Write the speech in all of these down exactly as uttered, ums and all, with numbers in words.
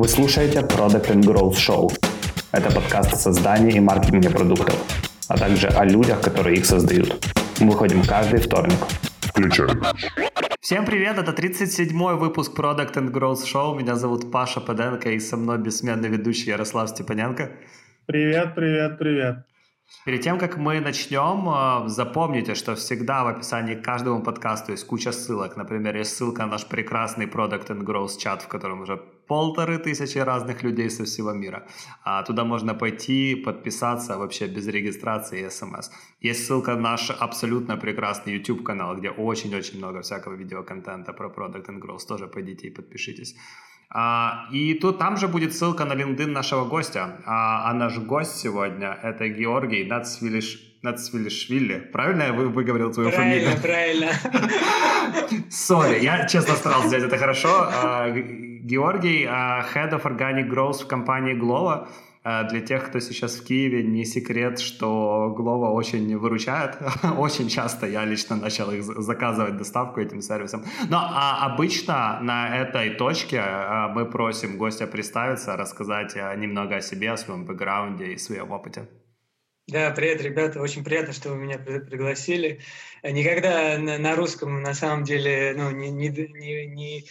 Вы слушаете Product and Growth Show. Это подкаст о создании и маркетинге продуктов, а также о людях, которые их создают. Мы выходим каждый вторник. Включаем. Всем привет, это тридцать седьмой выпуск Product and Growth Show. Меня зовут Паша Паденко и со мной бессменный ведущий Ярослав Степаненко. Привет, привет, привет. Перед тем, как мы начнем, запомните, что всегда в описании к каждому подкасту есть куча ссылок. Например, есть ссылка на наш прекрасный Product and Growth чат, в котором уже полторы тысячи разных людей со всего мира. А туда можно пойти, подписаться вообще без регистрации и смс. Есть ссылка на наш абсолютно прекрасный YouTube-канал, где очень-очень много всякого видеоконтента про Product and Growth. Тоже пойдите и подпишитесь. А, и тут там же будет ссылка на LinkedIn нашего гостя. А, а наш гость сегодня — это Георгий Нацвилиш... Нацвилишвили. Правильно я выговорил твою правильно, фамилию? Правильно, правильно. Сори, я честно старался сделать это хорошо. А, Георгий, а, Head of Organic Growth в компании Glovo. Для тех, кто сейчас в Киеве, не секрет, что Glovo очень выручает. Очень часто я лично начал их заказывать доставку этим сервисом. Но а обычно на этой точке мы просим гостя представиться, рассказать немного о себе, о своем бэкграунде и своем опыте. Да, привет, ребята, очень приятно, что вы меня пригласили. Никогда на, на русском, на самом деле, ну, не, не, не, не,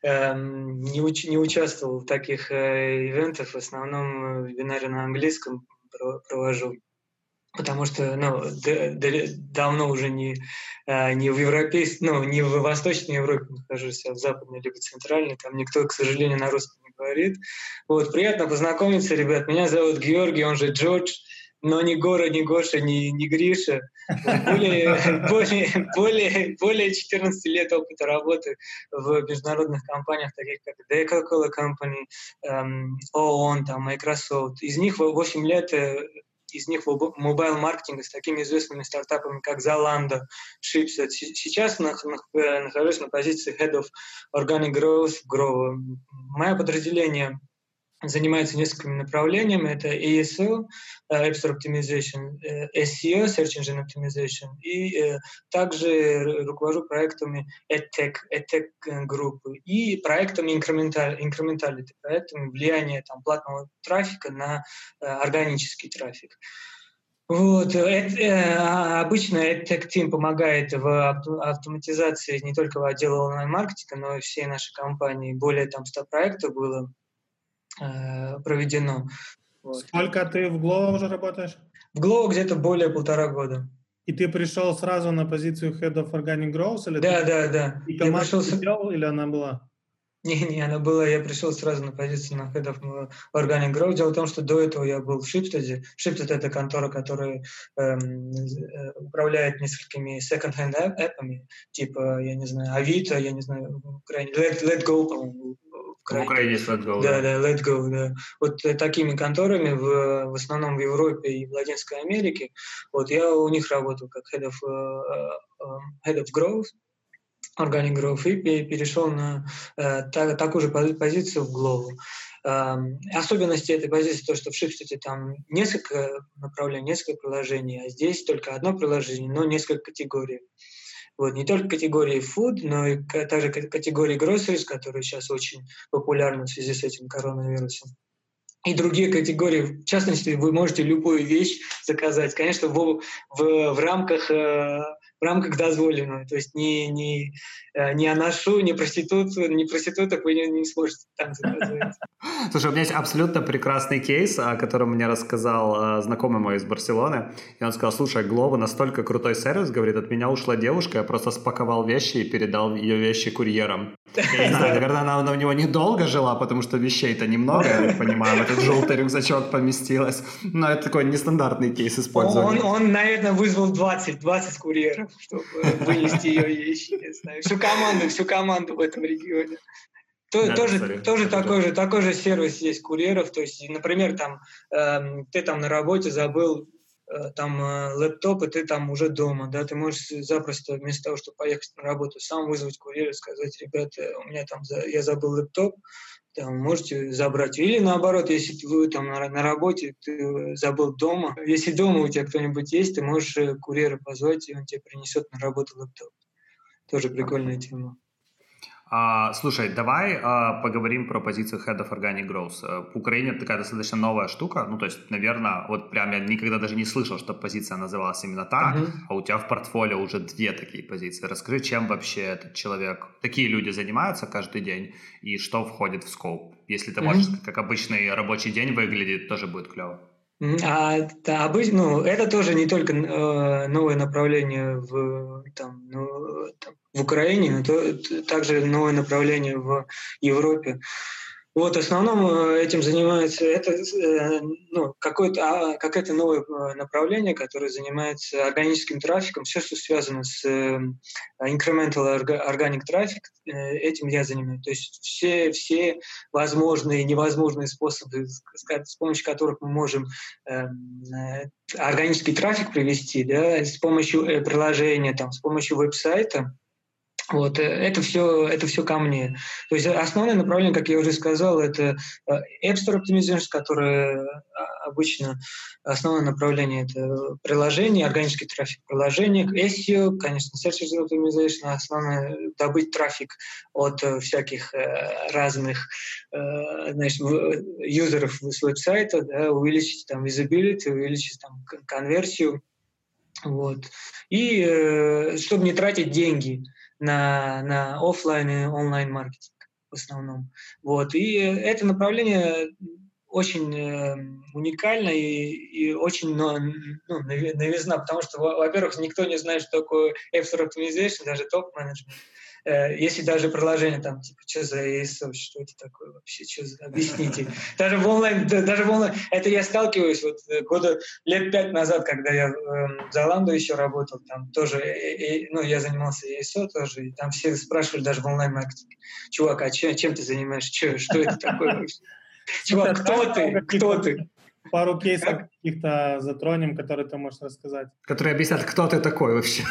эм, не, уч, не участвовал в таких э, ивентах, в основном вебинары на английском провожу, потому что, ну, д, д, давно уже не, э, не в европейской, ну, не в Восточной Европе нахожусь, а в Западной либо Центральной, там никто, к сожалению, на русском не говорит. Вот, приятно познакомиться, ребят, меня зовут Георгий, он же Джордж. Но ни Гора, ни Гоша, ни, ни Гриша. Более, более, более, более четырнадцати лет опыта работы в международных компаниях, таких как The Coca-Cola Company, эм, ООН, там, Microsoft. Из них восемь лет из них в мобайл-маркетинге с такими известными стартапами, как Zalando, Shipset. Сейчас нахожусь на позиции Head of Organic Growth в Glovo. Мое подразделение занимается несколькими направлениями. Это и эс о, App Store Optimization, эс и о, Search Engine Optimization, и э, также руковожу проектами EdTech, EdTech группы и проектами Incrementality, проектами влияния там, платного трафика на э, органический трафик. Вот. Это, э, обычно EdTech Team помогает в автоматизации не только отдела онлайн-маркетинга, но и всей нашей компании. Более там ста проектов было проведено. Вот. Сколько ты в Glovo уже работаешь? В Glovo где-то более полтора года. И ты пришел сразу на позицию Head of Organic Growth? Или да, ты... да, да. И команда пришел... сидел, или она была? Не, не, она была. Я пришел сразу на позицию на Head of Organic Growth. Дело в том, что до этого я был в Shipstead. Shipstead — это контора, которая эм, управляет несколькими second-hand app'ами, типа, я не знаю, Авито, я не знаю, в Украине, Let, Let Go, по-моему, в Украине есть Let Go. Да, да, Let Go, да. Вот такими конторами в, в основном в Европе и в Латинской Америке. Вот я у них работал как Head of, uh, head of Growth, Organic Growth, и перешел на uh, та, такую же позицию в Glovo. Uh, особенности этой позиции то, что в Shipstead там несколько направлений, несколько приложений, а здесь только одно приложение, но несколько категорий. Вот, не только категории food, но и также категории groceries, которые сейчас очень популярны в связи с этим коронавирусом. И другие категории, в частности, вы можете любую вещь заказать, конечно, в, в, в рамках в рамках дозволенного, то есть не не не аношу, не проституцию, не проституток вы не, не сможете там заказывать. Слушай, у меня есть абсолютно прекрасный кейс, о котором мне рассказал знакомый мой из Барселоны. И он сказал: слушай, Glovo настолько крутой сервис, говорит, от меня ушла девушка, я просто спаковал вещи и передал ее вещи курьерам. Я не знаю, наверное, она, она у него недолго жила, потому что вещей-то немного, я понимаю, в этот желтый рюкзачок поместилась. Но это такой нестандартный кейс использования. Он, он наверное, вызвал двадцать, двадцать курьеров, чтобы вынести ее вещи, не знаю, всю команду, всю команду в этом регионе. То, да, тоже sorry, тоже такой, же, такой же сервис есть курьеров, то есть, например, там, э, ты там на работе забыл э, там э, лэптоп, и ты там уже дома, да, ты можешь запросто вместо того, чтобы поехать на работу, сам вызвать курьера и сказать: ребята, у меня там, за, я забыл лэптоп, там, можете забрать. Или наоборот, если вы там на, на работе, ты забыл дома, если дома у тебя кто-нибудь есть, ты можешь курьера позвать, и он тебе принесет на работу лэптоп. Тоже прикольная тема. А, слушай, давай а, поговорим про позицию Head of Organic Growth. В Украине такая достаточно новая штука, ну, то есть, наверное, вот прям я никогда даже не слышал, что позиция называлась именно так, uh-huh. а у тебя в портфолио уже две такие позиции. Расскажи, чем вообще этот человек, такие люди занимаются каждый день и что входит в скоп. Если ты можешь, uh-huh. как обычный рабочий день выглядит, тоже будет клево. А, да, обычно, ну, это тоже не только э, новое направление в, там, ну, там, в Украине, но то, также новое направление в Европе. Вот, в основном этим занимается это, ну, какое-то, какое-то новое направление, которое занимается органическим трафиком, все, что связано с incremental organic traffic, этим я занимаюсь. То есть все, все возможные и невозможные способы, с помощью которых мы можем органический трафик привести, да, с помощью приложения, там, с помощью веб-сайта. Вот, это все, это все ко мне. То есть основное направление, как я уже сказал, это App Store Optimization, которое обычно основное направление — это приложение, органический трафик приложения, эс и о, конечно, Search Engine Optimization, основное — добыть трафик от всяких разных, значит, юзеров с веб-сайта, да, увеличить там visibility, увеличить там конверсию. Вот. И э, чтобы не тратить деньги на, на офлайн и онлайн-маркетинг в основном. Вот. И это направление очень э, уникально и, и очень ну, ну, новизна, потому что, во-первых, никто не знает, что такое App Store Optimization, даже топ-менеджмент. Э, если даже приложение там, типа, что за эй эс о, что это такое вообще, что за, объясните. Даже в онлайн, даже в онлайн, это я сталкиваюсь вот года лет пять назад, когда я э, в Zalando еще работал, там тоже, э, э, ну, я занимался эй эс о тоже, и там все спрашивали даже в онлайн-маркетинге: чувак, а чем, чем ты занимаешься, что, что это такое вообще? Чувак, кто ты? Кто ты? Пару кейсов каких-то затронем, которые ты можешь рассказать. Которые объяснят, кто ты такой вообще.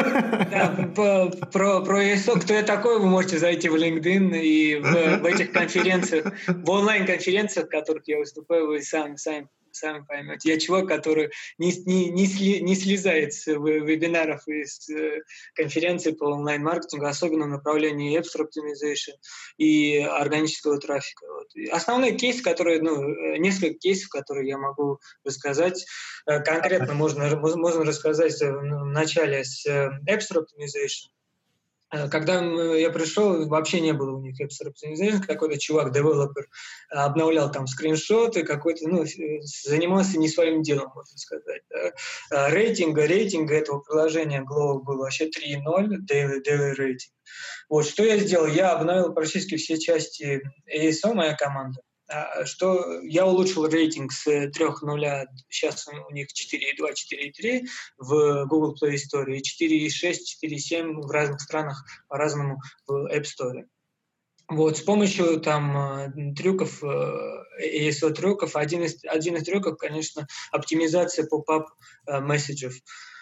Да, про, про эй эс о, кто я такой, вы можете зайти в LinkedIn и в, в этих конференциях, в онлайн-конференциях, в которых я выступаю, вы сами, сами, сами поймете. Я чувак, который не, не, не, сли, не слезает с вебинаров и с конференций по онлайн-маркетингу, особенно в направлении App Store Optimization и органического трафика. Вот. Основные кейсы, которые, ну, несколько кейсов, которые я могу рассказать. Конкретно можно, можно рассказать в начале с App Store Optimization. Когда я пришел, вообще не было у них App Store Optimization, какой-то чувак-девелопер обновлял там скриншоты, какой-то, ну, занимался не своим делом, можно сказать. Да. Рейтинга, рейтинга этого приложения Glovo был вообще три ноль, daily, daily rating. Вот, что я сделал? Я обновил практически все части эй эс о, моя команда. Что я улучшил рейтинг с три ноль, сейчас у них четыре два, четыре три в Google Play Store и четыре шесть, четыре семь в разных странах по-разному в App Store. Вот, с помощью там трюков, эй эс о-трюков, один из, один из трюков, конечно, оптимизация поп-ап месседжев,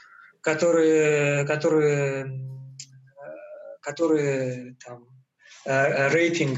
которые, которые, которые там, рейтинг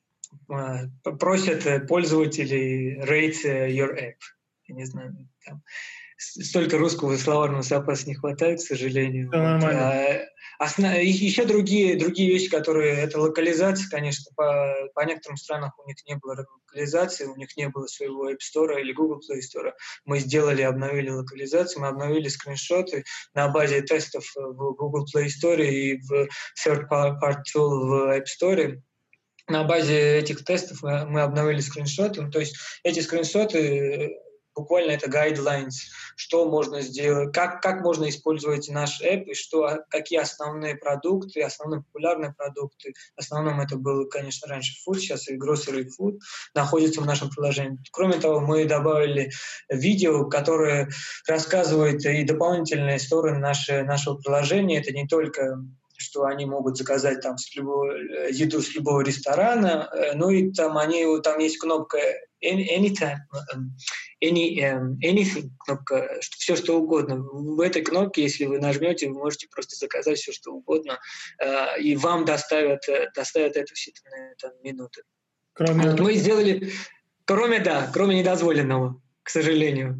просят пользователей rate your app. Я не знаю, там столько русского словарного запаса не хватает, к сожалению. Да, нормально. А, основ... Еще другие, другие вещи, которые... Это локализация, конечно. По, по некоторым странам у них не было локализации, у них не было своего App Store или Google Play Store. Мы сделали, обновили локализацию, мы обновили скриншоты на базе тестов в Google Play Store и в Third Party Tool в App Store. На базе этих тестов мы обновили скриншоты. То есть эти скриншоты буквально это guidelines, что можно сделать, как, как можно использовать наш app, и что, какие основные продукты, основные популярные продукты. В основном это было, конечно, раньше food, сейчас и grocery food находится в нашем приложении. Кроме того, мы добавили видео, которое рассказывает и дополнительные стороны нашего, нашего приложения. Это не только что они могут заказать там с любого, еду с любого ресторана, ну и там, они, там есть кнопка anytime, any, um, anything, кнопка, что, все что угодно. В этой кнопке, если вы нажмете, вы можете просто заказать все что угодно, uh, и вам доставят, доставят это в считанные там, минуты. Кроме... Вот мы сделали, кроме, да, кроме недозволенного, к сожалению.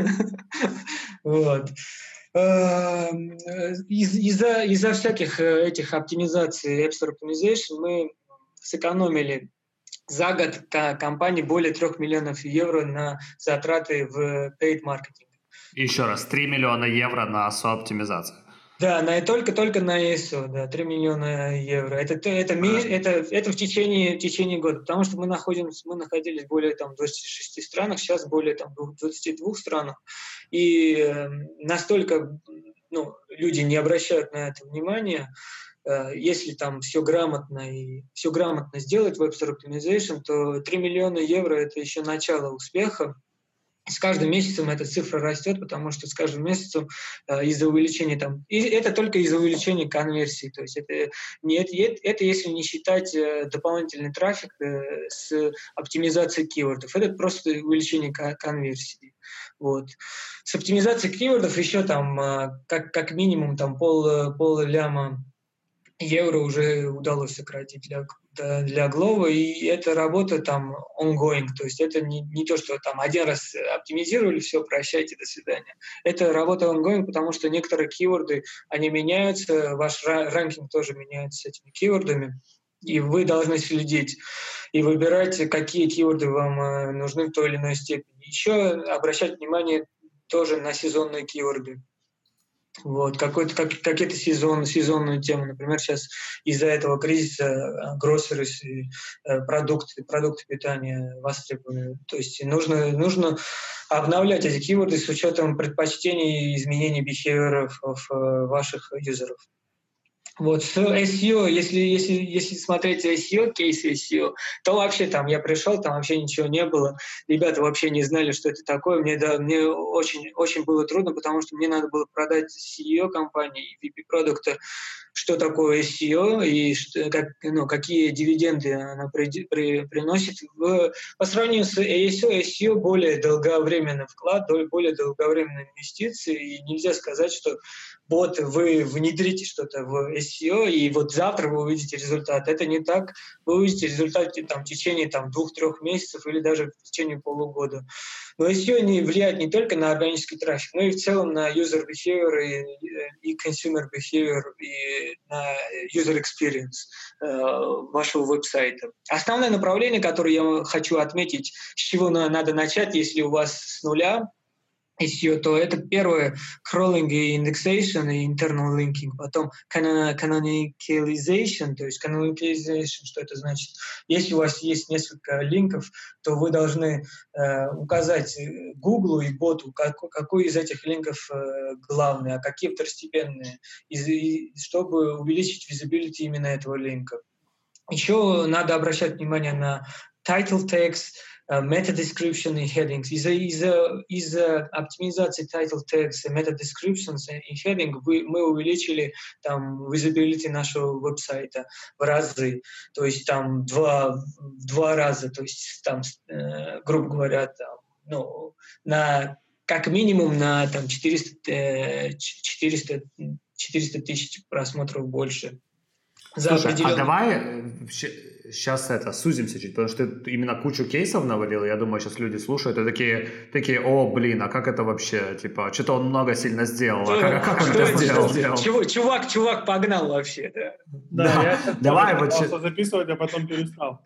Вот. Из, из-за, из-за всяких этих оптимизаций App Store Optimization мы сэкономили за год компании более трех миллионов евро на затраты в paid маркетинг. Еще раз, три миллиона евро на эс и о-оптимизацию. Да, на, только, только на эс и о, да, три миллиона евро. Это, это, это, это в, течение, в течение года, потому что мы, находимся, мы находились в более там, двадцати шести странах, сейчас более там, двадцати двух странах, и э, настолько ну, люди не обращают на это внимания. Э, если там все грамотно и все грамотно сделать в Web Store Optimization, то три миллиона евро – это еще начало успеха. С каждым месяцем эта цифра растет, потому что с каждым месяцем э, из-за увеличения там, и это только из-за увеличения конверсии, то есть это, не, это, это если не считать э, дополнительный трафик э, с оптимизацией кейвордов, это просто увеличение конверсии. Вот. С оптимизацией кейвордов еще там э, как, как минимум там пол, пол ляма евро уже удалось сократить для, для Glovo, и эта работа там ongoing, то есть это не, не то, что там один раз оптимизировали, все, прощайте, до свидания. Это работа ongoing, потому что некоторые кейворды, они меняются, ваш ранкинг тоже меняется с этими кейвордами, и вы должны следить и выбирать, какие кейворды вам нужны в той или иной степени. Еще обращать внимание тоже на сезонные кейворды. Вот, какой-то, как, какие-то сезон, сезонную тему. Например, сейчас из-за этого кризиса groceries, продукты, продукты питания востребованы. То есть нужно, нужно обновлять эти кейворды с учетом предпочтений и изменений бихевиоров ваших юзеров. Вот, с эс и о, если, если, если смотреть эс и о, кейс эс и о, то вообще там я пришел, там вообще ничего не было, ребята вообще не знали, что это такое, мне, да, мне очень, очень было трудно, потому что мне надо было продать си и о компании, ви пи продукта, что такое эс и о и что, как, ну, какие дивиденды она при, при, приносит. В, по сравнению с эс и о, эс и о более долговременный вклад, более долговременные инвестиции, и нельзя сказать, что вот вы внедрите что-то в эс и о, и вот завтра вы увидите результат. Это не так. Вы увидите результат там, в течение там, двух-трех месяцев или даже в течение полугода. Но эс и о не влияет не только на органический трафик, но и в целом на user behavior и, и consumer behavior, и на user experience э, вашего веб-сайта. Основное направление, которое я хочу отметить, с чего надо начать, если у вас с нуля эс и о, то это первое crawling и indexation и internal linking, потом canonicalization, то есть canonicalization, что это значит? Если у вас есть несколько линков, то вы должны э, указать Google и боту, как, какой из этих линков э, главный, а какие второстепенные, и, и, чтобы увеличить visibility именно этого линка. Еще надо обращать внимание на title tags, meta-description и headings. Из-за, из-за, из-за оптимизации title tags, meta-descriptions и heading вы, мы увеличили там visibility нашего веб-сайта в разы, то есть там два, два раза, то есть там, э, грубо говоря, там, ну, на, как минимум на там, четыреста, четыреста, четыреста тысяч просмотров больше. За Слушай, определенный... а давай сейчас это сузимся чуть, потому что ты именно кучу кейсов навалил, я думаю, сейчас люди слушают и такие, такие, о, блин, а как это вообще, типа, что-то он много сильно сделал, а как, как он это сделал? сделал? Чего, чувак, чувак погнал вообще, да. Да, да. Я давай вот записывать, а потом перестал.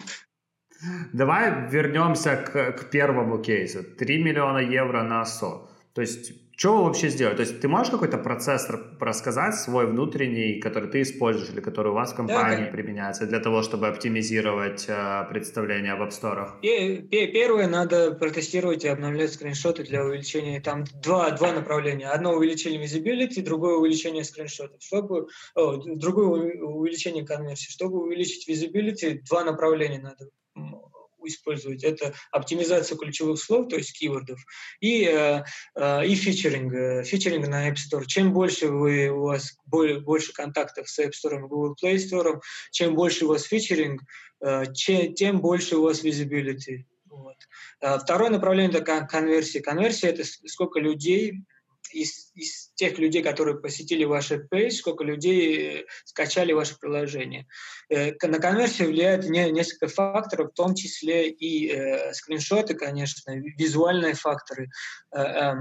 Давай вернемся к, к первому кейсу. три миллиона евро на эс и о. То есть, что вы вообще сделали? То есть, ты можешь какой-то процесс рассказать свой внутренний, который ты используешь или который у вас в компании да, применяется для того, чтобы оптимизировать э, представление в App Store? Первое, надо протестировать и обновлять скриншоты для увеличения. Там два, два направления. Одно увеличение visibility, другое увеличение скриншотов. Чтобы, о, другое увеличение конверсии. Чтобы увеличить visibility, два направления надо использовать. Это оптимизация ключевых слов, то есть кейвордов, и, э, э, и фичеринг, фичеринг на App Store. Чем больше вы, у вас более, больше контактов с App Store и Google Play Store, чем больше у вас фичеринг, э, чем, тем больше у вас visibility. Вот. Второе направление – это конверсия. Конверсия – это сколько людей Из, из тех людей, которые посетили ваш пейдж, сколько людей скачали ваше приложение. Э, на конверсию влияет не, несколько факторов, в том числе и э, скриншоты, конечно, визуальные факторы, э, э,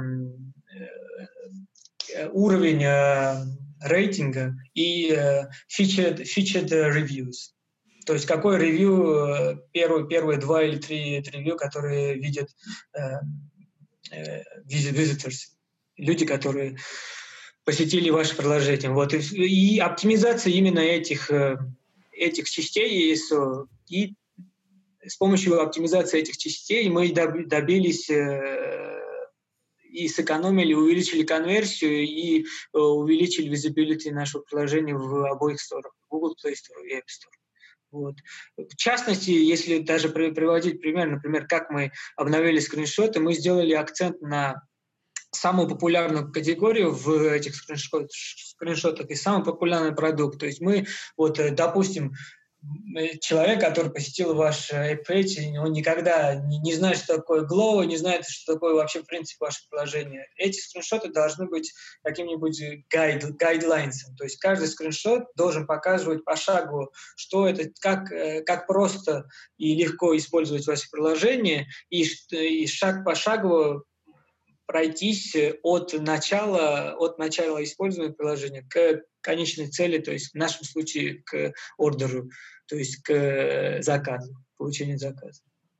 э, уровень э, рейтинга и э, featured, featured reviews. То есть какой ревью, первые, первые два или три ревью, которые видят э, э, visitors, люди, которые посетили ваше приложение. Вот. И, и оптимизация именно этих, этих частей и эс о. И с помощью оптимизации этих частей мы добились э, и сэкономили, увеличили конверсию и э, увеличили visibility нашего приложения в обоих сторах, Google Play Store и App Store. Вот. В частности, если даже приводить пример, например, как мы обновили скриншоты, мы сделали акцент на самую популярную категорию в этих скриншотах, скриншотах и самый популярный продукт. То есть мы, вот, допустим, человек, который посетил ваш AppPage, он никогда не, не знает, что такое Glow, не знает, что такое вообще в принципе ваше приложение. Эти скриншоты должны быть каким-нибудь гайд, гайдлайнсом. То есть каждый скриншот должен показывать пошагово, что это, как, как просто и легко использовать ваше приложение, и, и шаг пошагово пройтись от начала, от начала использования приложения к конечной цели, то есть в нашем случае к ордеру, то есть к заказу, получению заказа.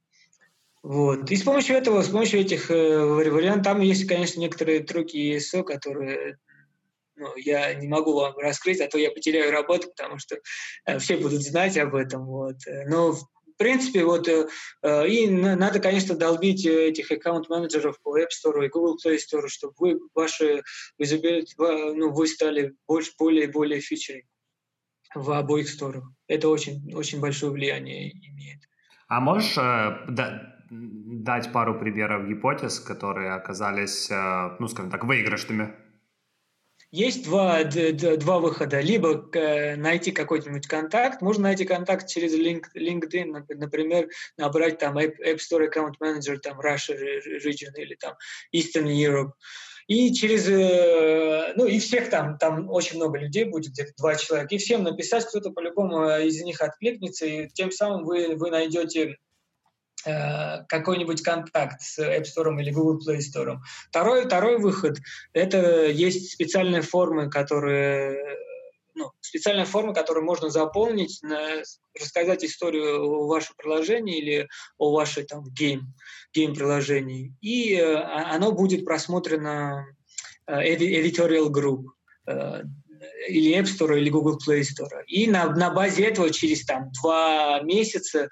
Вот. И с помощью этого, с помощью этих вариантов, там есть, конечно, некоторые трюки и эс о, которые ну, я не могу вам раскрыть, а то я потеряю работу, потому что все будут знать об этом. Вот. Но в принципе, вот, э, и надо, конечно, долбить этих аккаунт-менеджеров по App Store и Google Play Store, чтобы вы, ваши visibility, ну, вы стали больше, более и более фичерами в обоих сторах. Это очень, очень большое влияние имеет. А можешь э, да, дать пару примеров гипотез, которые оказались, э, ну, скажем так, выигрышными? Есть два, два выхода. Либо найти какой-нибудь контакт. Можно найти контакт через LinkedIn, например, набрать там App Store Account Manager, там Russia Region или там Eastern Europe. И через, ну и всех там, там очень много людей будет, где-то два человека, и всем написать, кто-то по-любому из них откликнется, и тем самым вы, вы найдете какой-нибудь контакт с App Store или Google Play Store. Второй, второй выход – это есть специальные формы, которые, ну, специальные формы, которые можно заполнить, на, рассказать историю о вашем приложении или о вашей там гейм, гейм-приложении, и э, оно будет просмотрено э, editorial group э, или App Store, или Google Play Store. И на, на базе этого через там два месяца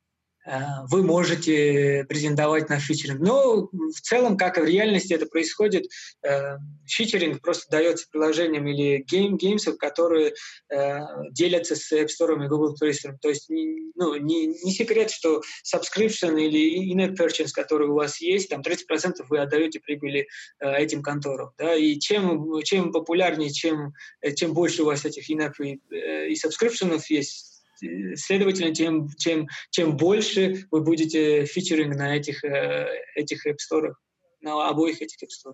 вы можете претендовать на фичеринг. Но в целом, как и в реальности это происходит, э, фичеринг просто дается приложениям или гейм, геймсов, которые э, делятся с App Store и Google Play Store. То есть ну, не, не секрет, что subscription или in-app purchase, который у вас есть, там тридцать процентов вы отдаете прибыли э, этим конторам. Да? И чем, чем популярнее, чем, чем больше у вас этих in-app и, э, и subscription есть, следовательно, тем, чем, чем больше вы будете фичеринг на этих, этих App Store, на обоих этих App Store.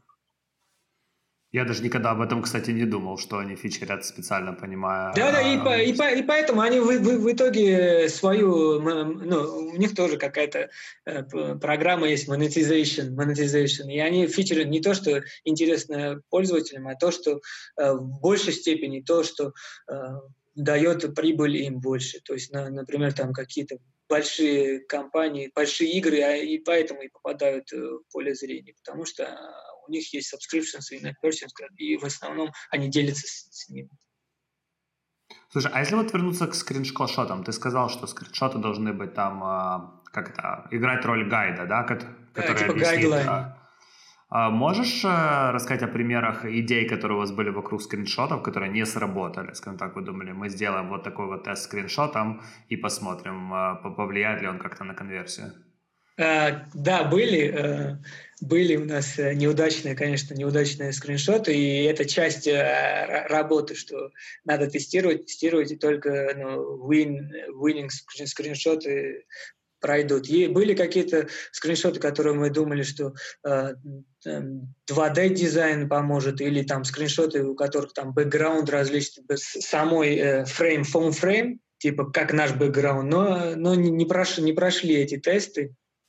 Я даже никогда об этом, кстати, не думал, что они фичерят специально, понимая... Да-да, и, по, и, по, и поэтому они в, в, в итоге свою... Ну, у них тоже какая-то программа есть, monetization, monetization, и они фичерят не то, что интересно пользователям, а то, что в большей степени то, что дает прибыль им больше. То есть, на, например, там какие-то большие компании, большие игры, а и поэтому и попадают в поле зрения, потому что у них есть subscriptions и purchase, и в основном они делятся с, с ними. Слушай, а если вот вернуться к скриншотам, ты сказал, что скриншоты должны быть там, как это, играть роль гайда, да? Который да, типа гайдлайн. А можешь э, рассказать о примерах идей, которые у вас были вокруг скриншотов, которые не сработали? Скажем так, вы думали, мы сделаем вот такой вот тест скриншотом и посмотрим, э, повлияет ли он как-то на конверсию. Uh, да, были, uh, были у нас неудачные, конечно, неудачные скриншоты, и это часть uh, работы, что надо тестировать, тестировать, и только ну, win, winning скриншоты пройдут. И были какие-то скриншоты, которые мы думали, что э, два дэ-дизайн поможет, или там скриншоты, у которых там бэкграунд различный, самой э, фрейм, phone frame, типа как наш бэкграунд, но, но не, не, прошли, не прошли эти тесты.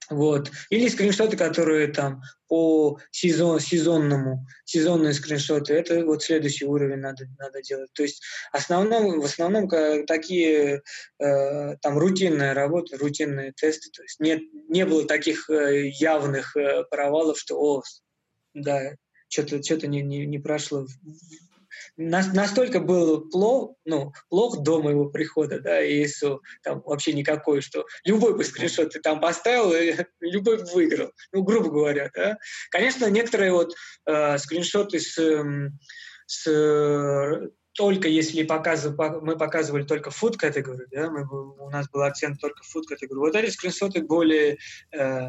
Вот. Или скриншоты, которые там по сезон, сезонному, сезонные скриншоты, это вот следующий уровень надо, надо делать. То есть в основном, в основном такие э, там рутинная работа, рутинные тесты. То есть нет, не было таких э, явных э, провалов, что о, да, что-то, что-то не, не, не прошло. Настолько был плох, ну, плох до моего прихода, да, и ИСУ, там вообще никакой, что любой бы скриншот ты там поставил, и любой бы выиграл, ну, грубо говоря, да. Конечно, некоторые вот э, скриншоты с, с только если показывали, мы показывали только food категорию, да, мы, у нас был акцент только food категорию. Вот эти скриншоты более э,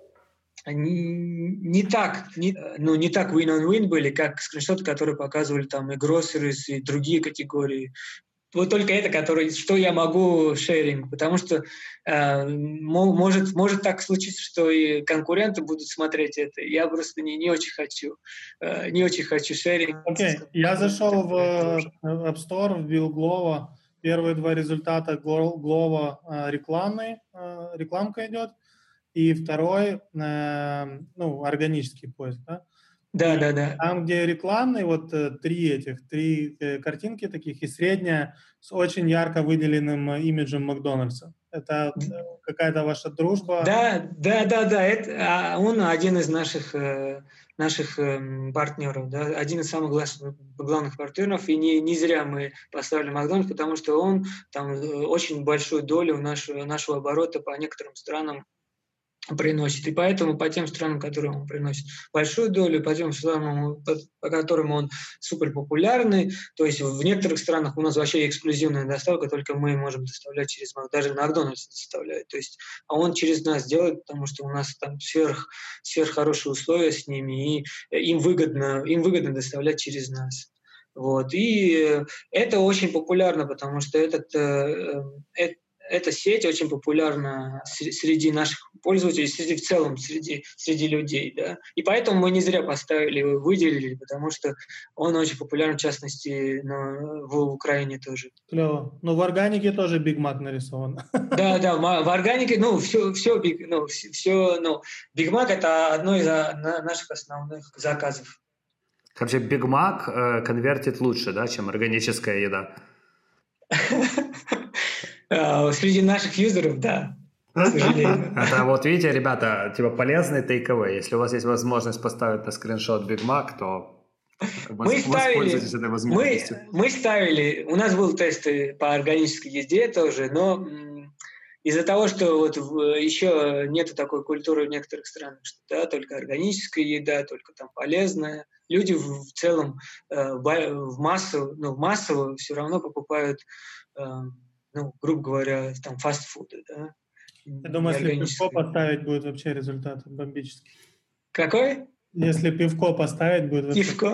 Не, не так, не, ну, не так win-on-win были, как скриншоты, которые показывали там и groceries, и другие категории. Вот только это, который, что я могу шеринг, потому что э, может, может так случиться, что и конкуренты будут смотреть это. Я просто не, не очень хочу, э, не очень хочу шеринг. Окей, okay. Я зашел в App Store, вбил Glovo. Первые два результата Glovo рекламный, рекламка идет. И второй, э, ну, органический поиск, да? Да, и да, да. Там, где рекламный, вот э, три этих, три э, картинки таких, и средняя с очень ярко выделенным имиджем Макдональдса. Это э, какая-то ваша дружба? Да, да, да, да. Это, он один из наших, э, наших э, партнеров, да? Один из самых главных, главных партнеров. И не, не зря мы поставили Макдональдс, потому что он там очень большую долю нашего, нашего оборота по некоторым странам приносит. И поэтому по тем странам, которым он приносит большую долю, по тем странам, по, по которым он супер популярный, то есть в некоторых странах у нас вообще эксклюзивная доставка, только мы можем доставлять через даже Макдональдс доставляет. То есть, а он через нас делает, потому что у нас там сверх, сверх хорошие условия с ними, и им выгодно, им выгодно доставлять через нас. Вот. И это очень популярно, потому что этот, э, э, эта сеть очень популярна среди наших пользователей, среди в целом, среди, среди людей. Да? И поэтому мы не зря поставили его, выделили, потому что он очень популярен, в частности, на, в Украине тоже. Клево. Ну, в органике тоже Биг Мак нарисован. Да, да, в органике, ну, все, все, ну, все, ну, Биг Мак – это одно из наших основных заказов. Вообще, Биг Мак э, конвертит лучше, да, чем органическая еда? Среди наших юзеров, да, к сожалению. Это вот видите, ребята, типа полезный тейк-эвэй. Если у вас есть возможность поставить на скриншот Биг Мак, то мы воспользуйтесь этой возможностью. Мы, мы ставили, у нас был тесты по органической еде тоже, но из-за того, что вот еще нету такой культуры в некоторых странах, что да, только органическая еда, только там полезная, люди в, в целом э, в массу, ну, массово все равно покупают, э, ну, грубо говоря, там фастфуды, да. Я думаю, если пивко поставить, будет вообще результат бомбический. Какой? Если пивко поставить, будет вообще... Пивко?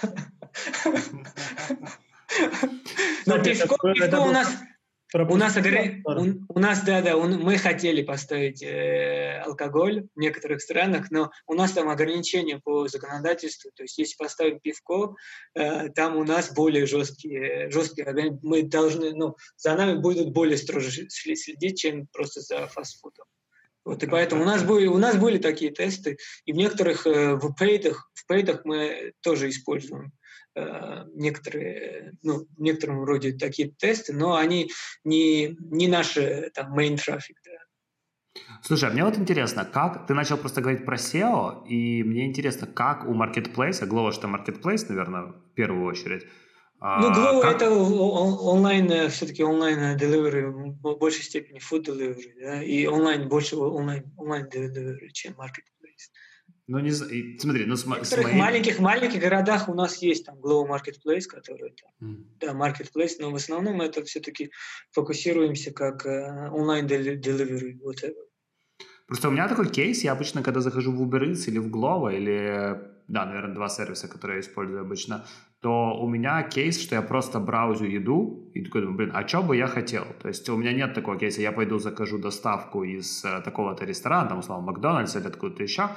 Ну, пивко у нас... У нас, у нас, да, да, мы хотели поставить э, алкоголь в некоторых странах, но у нас там ограничения по законодательству. То есть, если поставим пивко, э, там у нас более жесткие, жесткие. Мы должны, ну, за нами будут более строже следить, чем просто за фастфудом. Вот, и поэтому у нас были, у нас были такие тесты, и в некоторых э, в пейдах, в пейдах мы тоже используем некоторые, ну, в некотором роде такие тесты, но они не, не наши там main traffic. Да. Слушай, а мне вот интересно, как ты начал просто говорить про сео, и мне интересно, как у маркетплейса, Glovo что маркетплейс, наверное, в первую очередь. Ну, Glovo как... это онлайн, все-таки онлайн delivery, в большей степени food delivery, да, и онлайн больше онлайн, онлайн delivery, чем marketplace. Ну, не смотри, ну, в некоторых моей... маленьких, маленьких городах у нас есть там Glovo Marketplace, который там, mm. да, Marketplace, но в основном это все-таки фокусируемся как uh, онлайн-delivery, whatever. Просто у меня такой кейс, я обычно, когда захожу в Uber Eats или в Glovo, или, да, наверное, два сервиса, которые я использую обычно, то у меня кейс, что я просто браузю еду и такой думаю, блин, а что бы я хотел? То есть у меня нет такого кейса, я пойду закажу доставку из uh, такого-то ресторана, там, условно, Макдональдс или откуда-то еще,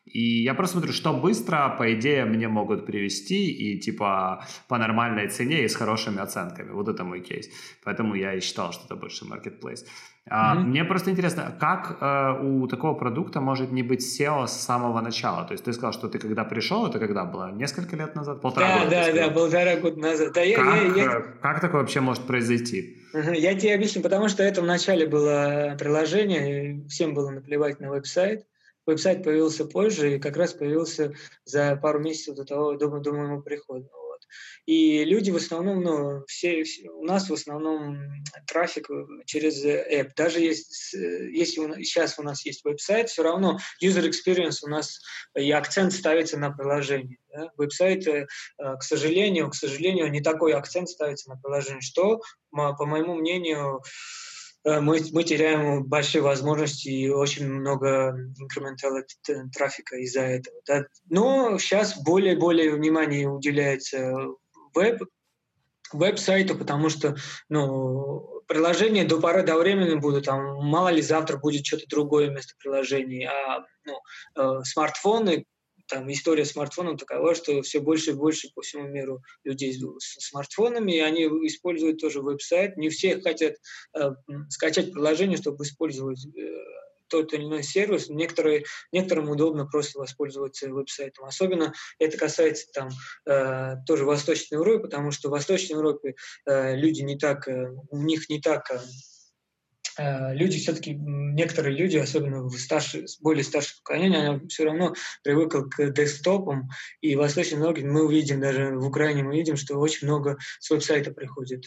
И я просто смотрю, что быстро, по идее, мне могут привести и типа по нормальной цене и с хорошими оценками. Вот это мой кейс. Поэтому я и считал, что это больше marketplace. А, mm-hmm. Мне просто интересно, как э, у такого продукта может не быть сео с самого начала? То есть ты сказал, что ты когда пришел, это когда было? Несколько лет назад? Полтора да, года? Да, да, да, полтора года назад. Да, как, я, я, я... как такое вообще может произойти? Я тебе объясню, потому что это в начале было приложение, и всем было наплевать на веб-сайт. Веб-сайт появился позже и как раз появился за пару месяцев до того, до, до моего прихода. Вот. И люди в основном, ну, все, все, у нас в основном трафик через app. Даже если, если у, сейчас у нас есть веб-сайт, все равно user experience у нас и акцент ставится на приложение. Да? Веб-сайт, к сожалению, к сожалению, не такой акцент ставится на приложение, что, по моему мнению, Мы, мы теряем большие возможности и очень много incremental трафика из-за этого. Да. Но сейчас более-более внимание уделяется веб, веб-сайту, потому что ну, приложения до поры до времени будут, там, мало ли завтра будет что-то другое вместо приложений, а ну, э, смартфоны, там история смартфонов такова, что все больше и больше по всему миру людей с смартфонами, и они используют тоже веб-сайт. Не все хотят э, скачать приложение, чтобы использовать э, тот или иной сервис. Некоторые, некоторым удобно просто воспользоваться веб-сайтом. Особенно это касается там, э, тоже Восточной Европы, потому что в Восточной Европе э, люди не так, э, у них не так... Э, люди все-таки, некоторые люди, особенно в старше, более старшем поколении, они все равно привыкли к десктопам, и в Восточной Европе мы увидим, даже в Украине мы видим, что очень много с веб-сайта приходит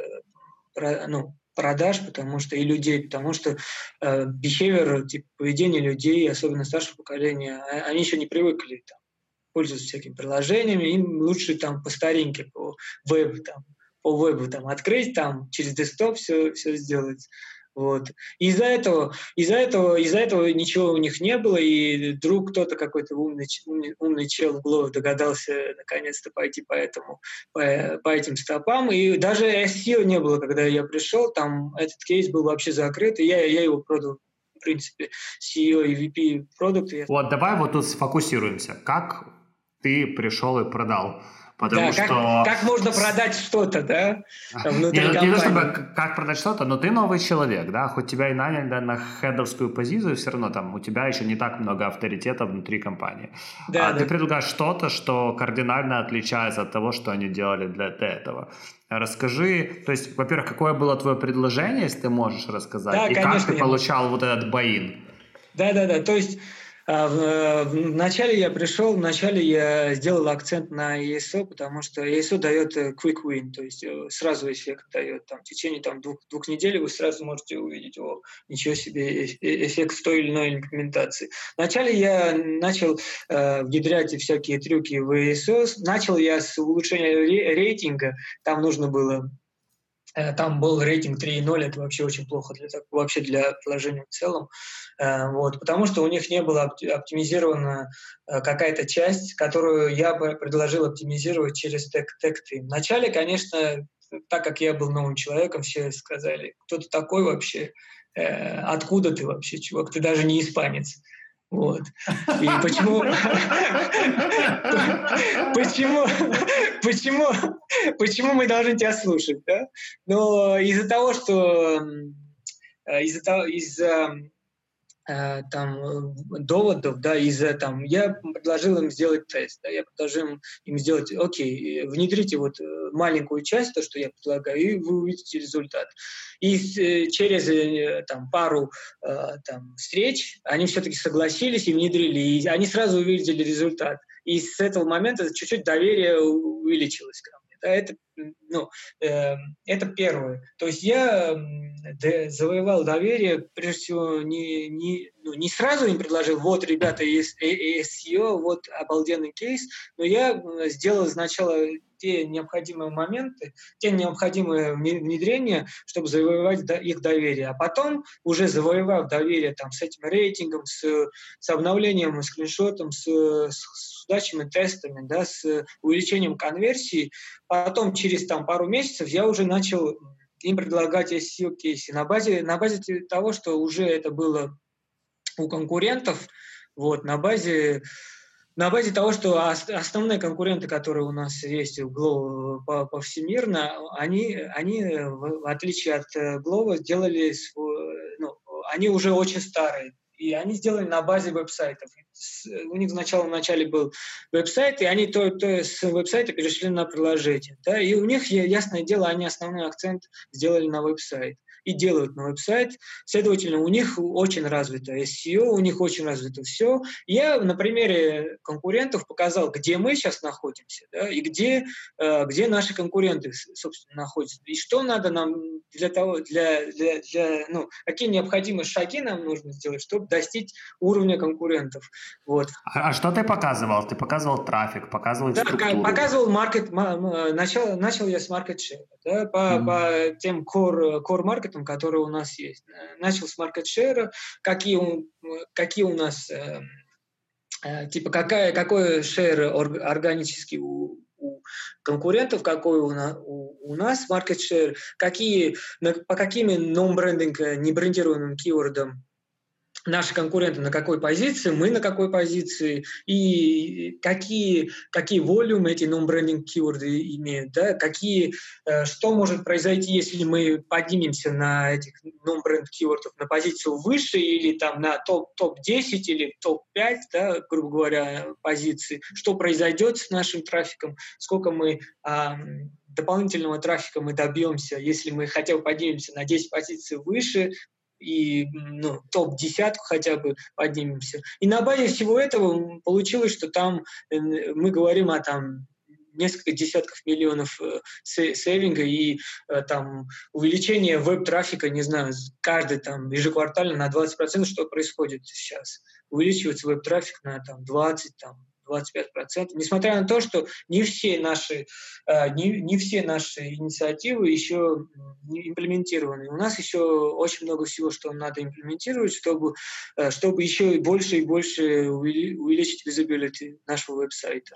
ну, продаж, потому что и людей, потому что э, behavior, типа, поведение людей, особенно старшего поколения, они еще не привыкли там, пользоваться всякими приложениями, им лучше там по старинке, по вебу, там, по вебу там, открыть, там, через десктоп все, все сделать. Вот. Из-за этого, из-за этого, из-за этого ничего у них не было, и вдруг кто-то какой-то умный, умный, умный чел в Glovo догадался наконец-то пойти по этому, по, по этим стопам, и даже эс и о не было, когда я пришел, там этот кейс был вообще закрыт, и я, я его продал, в принципе, си и о и ви пи продукты. Вот, давай вот тут сфокусируемся. Как ты пришел и продал? Потому да, что... как, как можно продать что-то, да, внутри не, компании? Не то, чтобы как продать что-то, но ты новый человек, да, хоть тебя и наняли да, на хедовскую позицию, все равно там у тебя еще не так много авторитета внутри компании. Да, а да. Ты предлагаешь что-то, что кардинально отличается от того, что они делали для, для этого. Расскажи, то есть, во-первых, какое было твое предложение, если ты можешь рассказать, да, и конечно, как ты получал вот этот buy-in? Да-да-да, то есть вначале я пришел, вначале я сделал акцент на и эс о, потому что и эс о дает quick win, то есть сразу эффект дает. Там, в течение там, двух, двух недель вы сразу можете увидеть, о, ничего себе, эффект в той или иной имплементации. Вначале я начал э, внедрять всякие трюки в и эс о, начал я с улучшения рейтинга, там нужно было Там был рейтинг три и ноль, это вообще очень плохо для, вообще для приложения в целом, вот, потому что у них не была оптимизирована какая-то часть, которую я бы предложил оптимизировать через тег-три. Вначале, конечно, так как я был новым человеком, все сказали, кто ты такой вообще, откуда ты вообще, чувак, ты даже не испанец. Вот. И почему, почему, почему, почему мы должны тебя слушать, да? Но из-за того, что из-за того, из-за там доводов, да, из-за там, я предложил им сделать тест, да, я предложил им, им сделать, окей, внедрите вот маленькую часть, то, что я предлагаю, и вы увидите результат. И через там, пару там, встреч они все-таки согласились и внедрили, и они сразу увидели результат. И с этого момента чуть-чуть доверие увеличилось ко мне. Да, это, ну, э, это первое. То есть я э, завоевал доверие, прежде всего, не, не, ну, не сразу им предложил, вот, ребята, есть эс и о, вот обалденный кейс, но я сделал сначала те необходимые моменты, те необходимые внедрения, чтобы завоевать их доверие. А потом, уже завоевав доверие там, с этим рейтингом, с, с обновлением, с скриншотом, с, с удачными тестами, да, с увеличением конверсии, потом через там, пару месяцев я уже начал им предлагать эс и о-кейсы на базе, на базе того, что уже это было у конкурентов, Вот, на базе, на базе того, что основные конкуренты, которые у нас есть повсемирно, они, они, в отличие от Glovo, сделали, ну, они уже очень старые. И они сделали на базе веб-сайтов. У них сначала в начале был веб-сайт, и они то, то с веб-сайта перешли на приложение. Да? И у них, ясное дело, они основной акцент сделали на веб-сайт. И делают на веб-сайт. Следовательно, у них очень развито эс и о, у них очень развито все. Я на примере конкурентов показал, где мы сейчас находимся, да, и где, э, где наши конкуренты, собственно, находятся. И что надо нам для того, для, для, для, ну, какие необходимые шаги нам нужно сделать, чтобы достичь уровня конкурентов. Вот. А, а что ты показывал? Ты показывал трафик, показывал да, структуру? Показывал маркет, начал, начал я с маркет-шера, да, по, mm-hmm. по тем core, core маркетам, которые у нас есть. Начал с маркет-шера, какие, какие у нас, э, э, типа, какая, какой шер органический у, у конкурентов, какой у, на, у, у нас маркет-шер, какие, по каким non-брендинг, небрендированным кейвордам наши конкуренты на какой позиции, мы на какой позиции, и какие, какие волюмы эти non-branding кейворды имеют, да, какие, э, что может произойти, если мы поднимемся на этих non-brand кейвордов на позицию выше или там на топ, топ десять или топ пять, да, грубо говоря, позиций, что произойдет с нашим трафиком, сколько мы э, дополнительного трафика мы добьемся, если мы хотя бы поднимемся на десять позиций выше, и ну, топ-десятку хотя бы поднимемся. И на базе всего этого получилось, что там мы говорим о там, несколько десятков миллионов сейвинга и там, увеличение веб-трафика, не знаю, каждый там, ежеквартально на двадцать процентов, что происходит сейчас. Увеличивается веб-трафик на там, двадцать процентов. двадцать пять процентов, несмотря на то, что не все наши, не, не все наши инициативы еще не имплементированы. У нас еще очень много всего, что надо имплементировать, чтобы, чтобы еще больше и больше увеличить visibility нашего веб-сайта.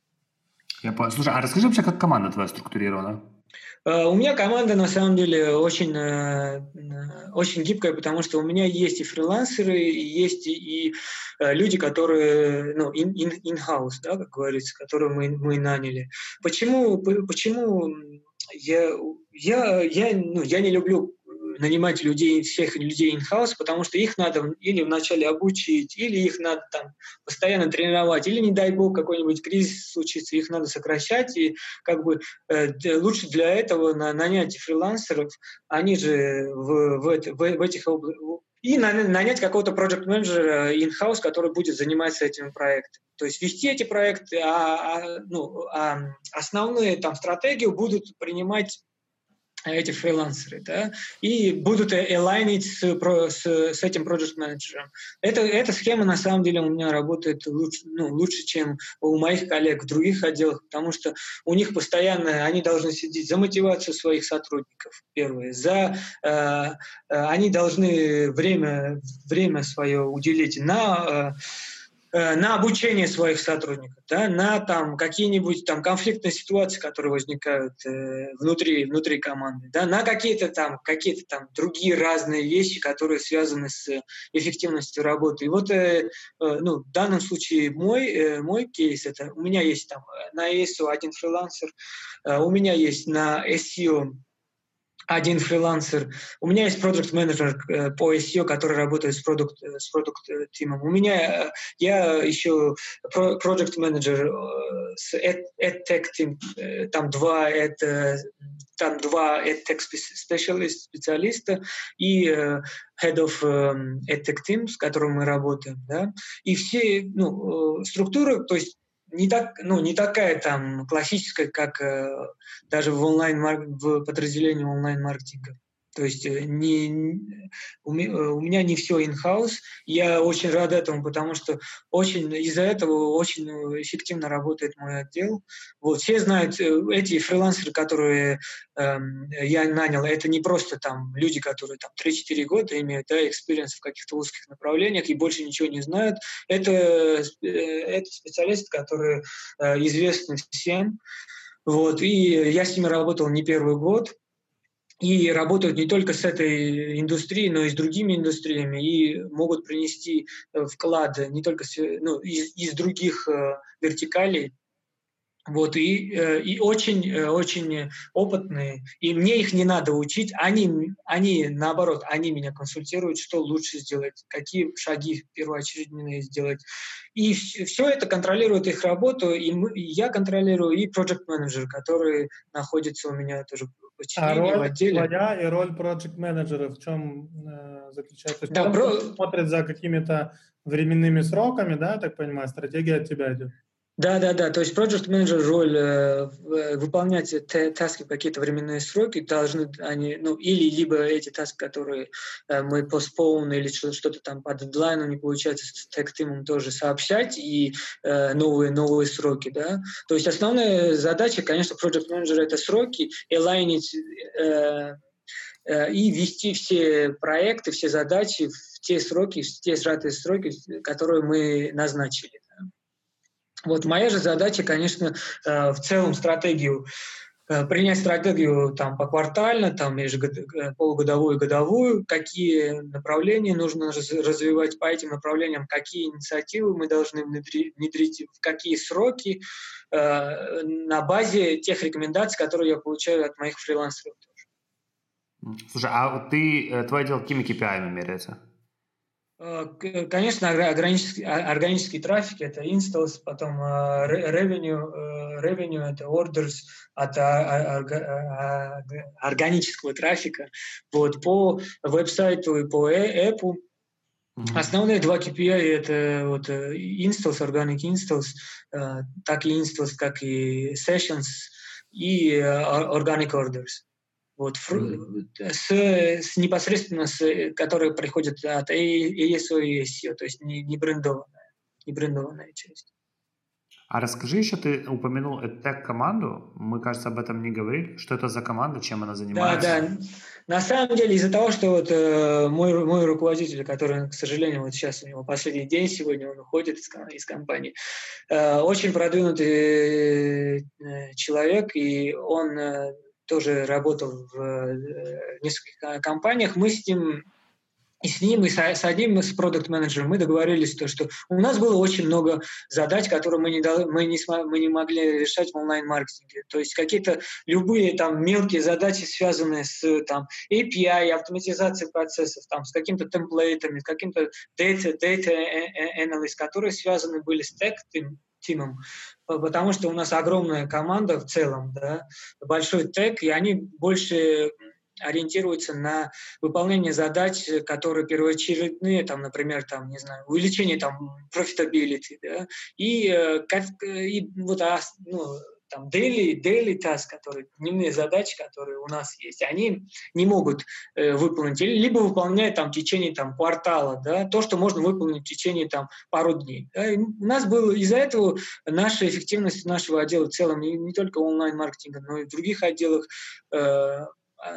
Я понял. Слушай, а расскажи вообще, как команда твоя структурирована? Uh, у меня команда, на самом деле, очень, uh, очень гибкая, потому что у меня есть и фрилансеры, и есть и, и uh, люди, которые, ну, in, in, in-house, да, как говорится, которые мы, мы наняли. Почему, почему я, я, я, ну, я не люблю нанимать людей, всех людей in-house, потому что их надо или вначале обучить, или их надо там постоянно тренировать, или, не дай бог, какой-нибудь кризис случится, их надо сокращать, и как бы э, лучше для этого на, нанять фрилансеров, они же в, в, в, в этих областях, и на, нанять какого-то проект-менеджера in-house, который будет заниматься этими проектами. То есть вести эти проекты, а, а, ну, а основные там стратегию будут принимать эти фрилансеры, да, и будут элайнить с, с, с этим проект-менеджером. Это, эта схема, на самом деле, у меня работает лучше, ну, лучше, чем у моих коллег в других отделах, потому что у них постоянно, они должны следить за мотивацией своих сотрудников, первое, за, э, э, они должны время, время свое уделить на... Э, на обучение своих сотрудников, да, на там, какие-нибудь там конфликтные ситуации, которые возникают э, внутри, внутри команды, да, на какие-то там, какие-то там другие разные вещи, которые связаны с эффективностью работы. И вот э, э, ну, в данном случае мой, э, мой кейс, это у меня есть там на эс и о один фрилансер, э, у меня есть на эс и о один фрилансер. У меня есть продукт-менеджер э, по эс и о, который работает с продукт с продукт-тимом. У меня я еще проект-менеджер э, с EdTech-тим, э, там два это там два EdTech-специалиста и э, Head of э, EdTech-team, с которым мы работаем. Да? И все ну, э, структуры, то есть не так, ну, не такая там классическая, как э, даже в онлайн в подразделении онлайн-маркетинга. То есть не, не, у, у меня не все in-house. Я очень рад этому, потому что очень, из-за этого очень эффективно работает мой отдел. Вот, все знают, эти фрилансеры, которые э, я нанял, это не просто там люди, которые там три-четыре года имеют да, experience в каких-то узких направлениях и больше ничего не знают. Это, это специалисты, которые э, известны всем. Вот, и я с ними работал не первый год. и работают не только с этой индустрией, но и с другими индустриями, и могут принести вклад не только с, ну, из, из других э, вертикалей. Вот, и, и очень, очень опытные, и мне их не надо учить, они, они, наоборот, они меня консультируют, что лучше сделать, какие шаги первоочередные сделать. И все это контролирует их работу, и, мы, и я контролирую, и проект-менеджер, который находится у меня тоже в подчинении, а роль в отделе. твоя и роль проект-менеджера в чем э, заключается? Да, Он про... смотрит за какими-то временными сроками, да, так понимаю, стратегия от тебя идет? Да, да, да. То есть project manager роль э, выполнять т- таски в какие-то временные сроки должны они, ну, или либо эти таски, которые э, мы postpone или что-то там по дедлайну не получается с тег-тимом тоже сообщать и э, новые новые сроки, да. То есть основная задача, конечно, project manager это сроки, элайнить э, э, и вести все проекты, все задачи в те сроки, в те сжатые сроки, которые мы назначили. Вот моя же задача, конечно, в целом стратегию, принять стратегию там поквартально, там полугодовую, годовую, какие направления нужно развивать по этим направлениям, какие инициативы мы должны внедрить, внедрить в какие сроки, на базе тех рекомендаций, которые я получаю от моих фрилансеров тоже. Слушай, а вот ты, твой отдел какими кей пи ай меряется? Конечно, органический, органический трафик – это installs, потом revenue, revenue – это orders от органического трафика. Вот, по веб-сайту и по эпу mm-hmm. основные два кей пи ай – это вот installs, organic installs, так и installs, как и sessions и organic orders. Вот, mm-hmm. с, с непосредственно, с, которые приходят от эй эс о и эс и о, то есть не, не, брендованная, не брендованная часть. А расскажи еще, ты упомянул EdTech-команду, мы, кажется, об этом не говорили, что это за команда, чем она занимается? Да, да, на самом деле из-за того, что вот э, мой, мой руководитель, который, к сожалению, вот сейчас у него последний день сегодня, он уходит из, из компании, э, очень продвинутый э, человек, и он... Э, тоже работал в нескольких компаниях, мы с ним, и с ним, и с, с одним с продакт-менеджером мы договорились, то, что у нас было очень много задач, которые мы не, дали, мы не, мы не могли решать в онлайн-маркетинге. То есть какие-то любые там мелкие задачи, связанные с там, эй пи ай, автоматизацией процессов, там, с какими-то темплейтами, с каким-то data, data analyst, которые связаны были с тег-тимом, тимом, потому что у нас огромная команда в целом, да, большой тег, и они больше ориентируются на выполнение задач, которые первоочередные, там, например, там, не знаю, увеличение там profitability, да, и, как, и вот, ну, там, daily, daily task, которые, дневные задачи, которые у нас есть, они не могут э, выполнить, либо выполняют там в течение там квартала, да, то, что можно выполнить в течение там пару дней. Да. У нас было из-за этого наша эффективность нашего отдела в целом, не, не только онлайн-маркетинга, но и в других отделах, э,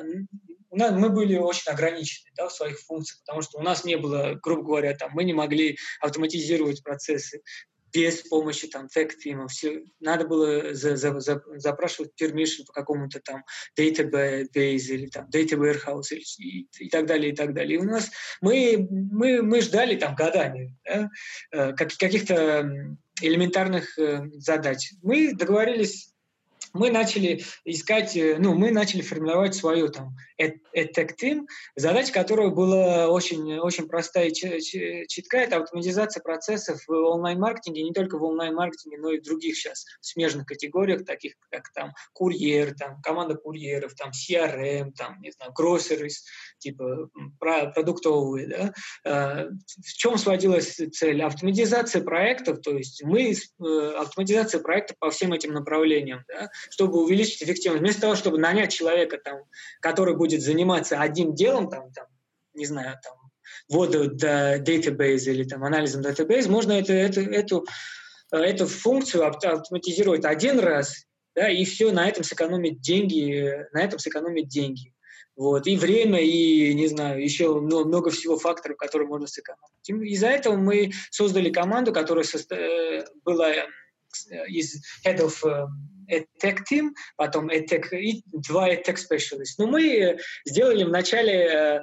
у нас, мы были очень ограничены, да, в своих функциях, потому что у нас не было, грубо говоря, там, мы не могли автоматизировать процессы без помощи там тег-тима. Надо было за, за, за, запрашивать permission по какому-то там database или там data warehouse и, и так далее, и так далее. И у нас мы, мы, мы ждали там годами, да, как, каких-то элементарных задач. Мы договорились, мы начали искать, ну, мы начали формировать свою там EdTech-team, задача которой была очень, очень простая и читкая, это автоматизация процессов в онлайн-маркетинге, не только в онлайн-маркетинге, но и в других сейчас смежных категориях, таких как там курьер, там команда курьеров, там си ар эм, там, не знаю, groceries, типа продуктовые, да. В чем сводилась цель? Автоматизация проектов, то есть мы, автоматизация проектов по всем этим направлениям, да, чтобы увеличить эффективность. Вместо того, чтобы нанять человека, там, который будет заниматься одним делом, там, там, не знаю, там, вводу database или там, анализом database, можно это, это, эту, эту функцию автоматизировать один раз, да, и все, на этом сэкономить деньги, на этом сэкономить деньги. Вот, и время, и, не знаю, еще много, много всего факторов, которые можно сэкономить. Из-за этого мы создали команду, которая состо... была из head of EdTech Team, потом EdTech и два EdTech Specialist. Но мы сделали вначале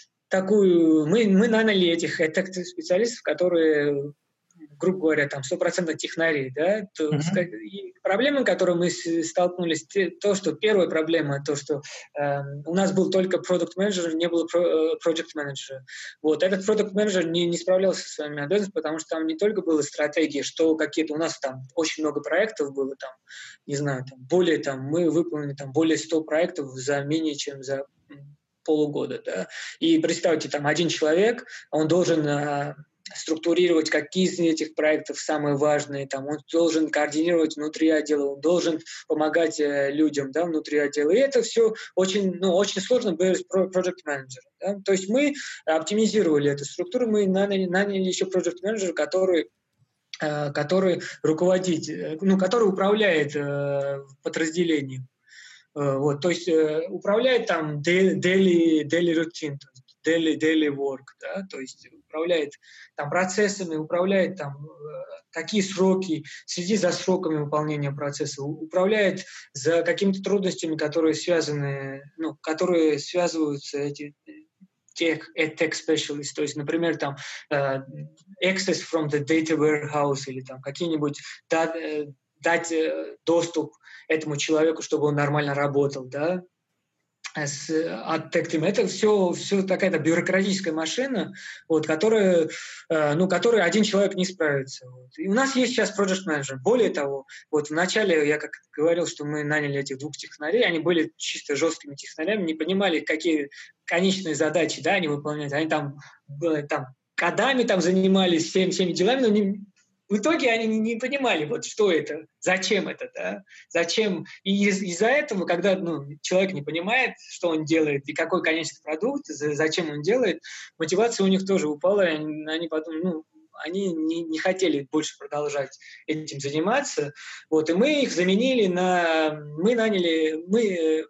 такую, мы, мы наняли этих EdTech специалистов, которые, грубо говоря, там сто процентов технари, да, то, mm-hmm. и проблемы, которые мы столкнулись, то, что первая проблема, то, что э, у нас был только продукт менеджер, не было проект менеджера. Вот, этот продукт менеджер не, не справлялся со своими обязанностями, потому что там не только была стратегия, что какие-то, у нас там очень много проектов было, там, не знаю, там, более, там, мы выполнили там более ста проектов за менее чем за полугода, да, и представьте, там, один человек, он должен э, структурировать, какие из этих проектов самые важные, там, он должен координировать внутри отдела, он должен помогать э, людям, да, внутри отдела. И это все очень, ну, очень сложно без project manager. Да? То есть мы оптимизировали эту структуру, мы наняли, наняли еще project manager, который э, который руководит, ну, который управляет э, подразделением. Э, вот, то есть э, управляет там daily, daily routine, daily, daily work, да, то есть управляет там процессами, управляет там какие сроки, следит за сроками выполнения процесса, управляет за какими-то трудностями, которые связаны, ну, которые связываются эти тех EdTech specialists, то есть, например, там uh, access from the data warehouse или там какие-нибудь дат, дать доступ этому человеку, чтобы он нормально работал, да, с оттектами. Это все, все такая-то бюрократическая машина, вот, которая, э, ну, которой один человек не справится. Вот. И у нас есть сейчас project manager. Более того, вот вначале я как говорил, что мы наняли этих двух технарей, они были чисто жесткими технарями, не понимали, какие конечные задачи, да, они выполняют. Они там, там годами там занимались всеми, всеми делами, но не, в итоге они не понимали, вот что это, зачем это, да, зачем. И из- из-за этого, когда ну, человек не понимает, что он делает и какой конечный продукт, за- зачем он делает, мотивация у них тоже упала, и они, они потом, ну, они не, не хотели больше продолжать этим заниматься. Вот, и мы их заменили на... Мы наняли... Мы,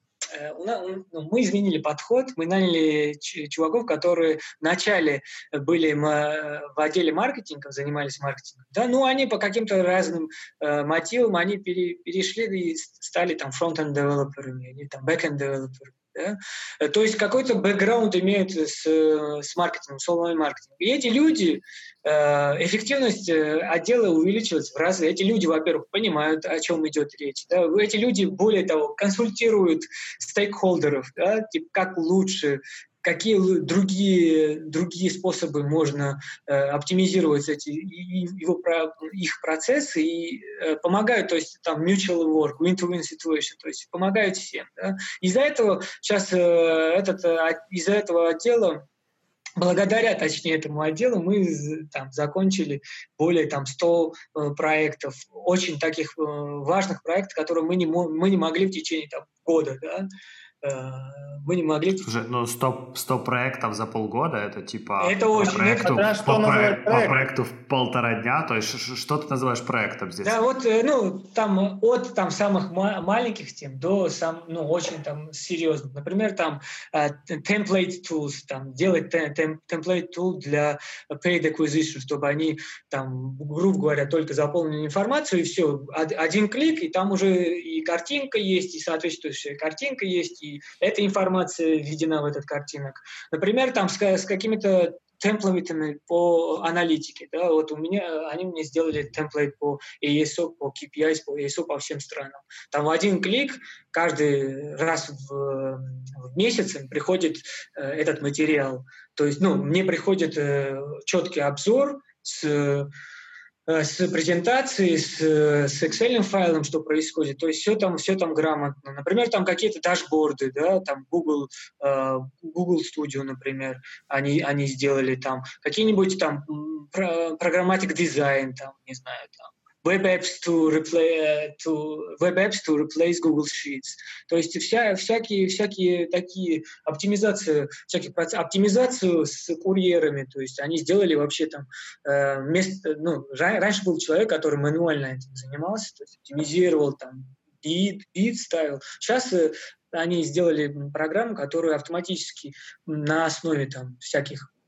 У нас, ну, мы изменили подход, мы наняли чуваков, которые вначале были в отделе маркетинга, занимались маркетингом, да, ну они по каким-то разным э, мотивам они пере, перешли и стали там фронт-энд девелоперами или там бэк-энд девелоперами. Да? То есть какой-то бэкграунд имеют с, с маркетингом, с онлайн-маркетингом. И эти люди, э, эффективность отдела увеличивается в разы. Эти люди, во-первых, понимают, о чем идет речь. Да? Эти люди, более того, консультируют стейкхолдеров, да? Типа, как лучше, какие другие, другие способы можно э, оптимизировать эти, и, его, их процессы и э, помогают, то есть там mutual work, win-to-win situation, то есть помогают всем. Да? Из-за этого сейчас э, этот, э, из-за этого отдела, благодаря, точнее, этому отделу, мы там закончили более там ста э, проектов, очень таких э, важных проектов, которые мы не, мы не могли в течение там, года, да? Мы не могли... Слушай, ну сто, сто проектов за полгода, это типа это по, очень, проекту, это, по, проект? по проекту в полтора дня, то есть что ты называешь проектом здесь? Да, вот, ну, там от там, самых ма- маленьких тем до сам, ну, очень там серьезных. Например, там uh, template tools, там, делать tem- template tool для paid acquisition, чтобы они там, грубо говоря, только заполнили информацию, и все, один клик, и там уже и картинка есть, и соответствующая картинка есть, и эта информация введена в этот картинок. Например, там с, с какими-то темплейтами по аналитике, да, вот у меня, они мне сделали темплейт по эй эс о, по кей пи ай, по эй эс о по всем странам. Там в один клик каждый раз в, в месяц приходит э, этот материал. То есть, ну, мне приходит э, четкий обзор с с презентацией, с, с Excel-файлом, что происходит. То есть все там, все там грамотно. Например, там какие-то дашборды, да, там Google, э, Google Studio, например, они, они сделали там. Какие-нибудь там программатик дизайн, там, не знаю, там. Web apps to replace, to, web apps to replace Google Sheets. То есть вся, всякие, всякие такие оптимизации, всяких процессов, оптимизацию с курьерами. То есть они сделали вообще там э, место, ну, раньше был человек, который мануально этим занимался, то есть оптимизировал там бит, бит ставил. Сейчас э, они сделали программу, которая автоматически на основе там всяких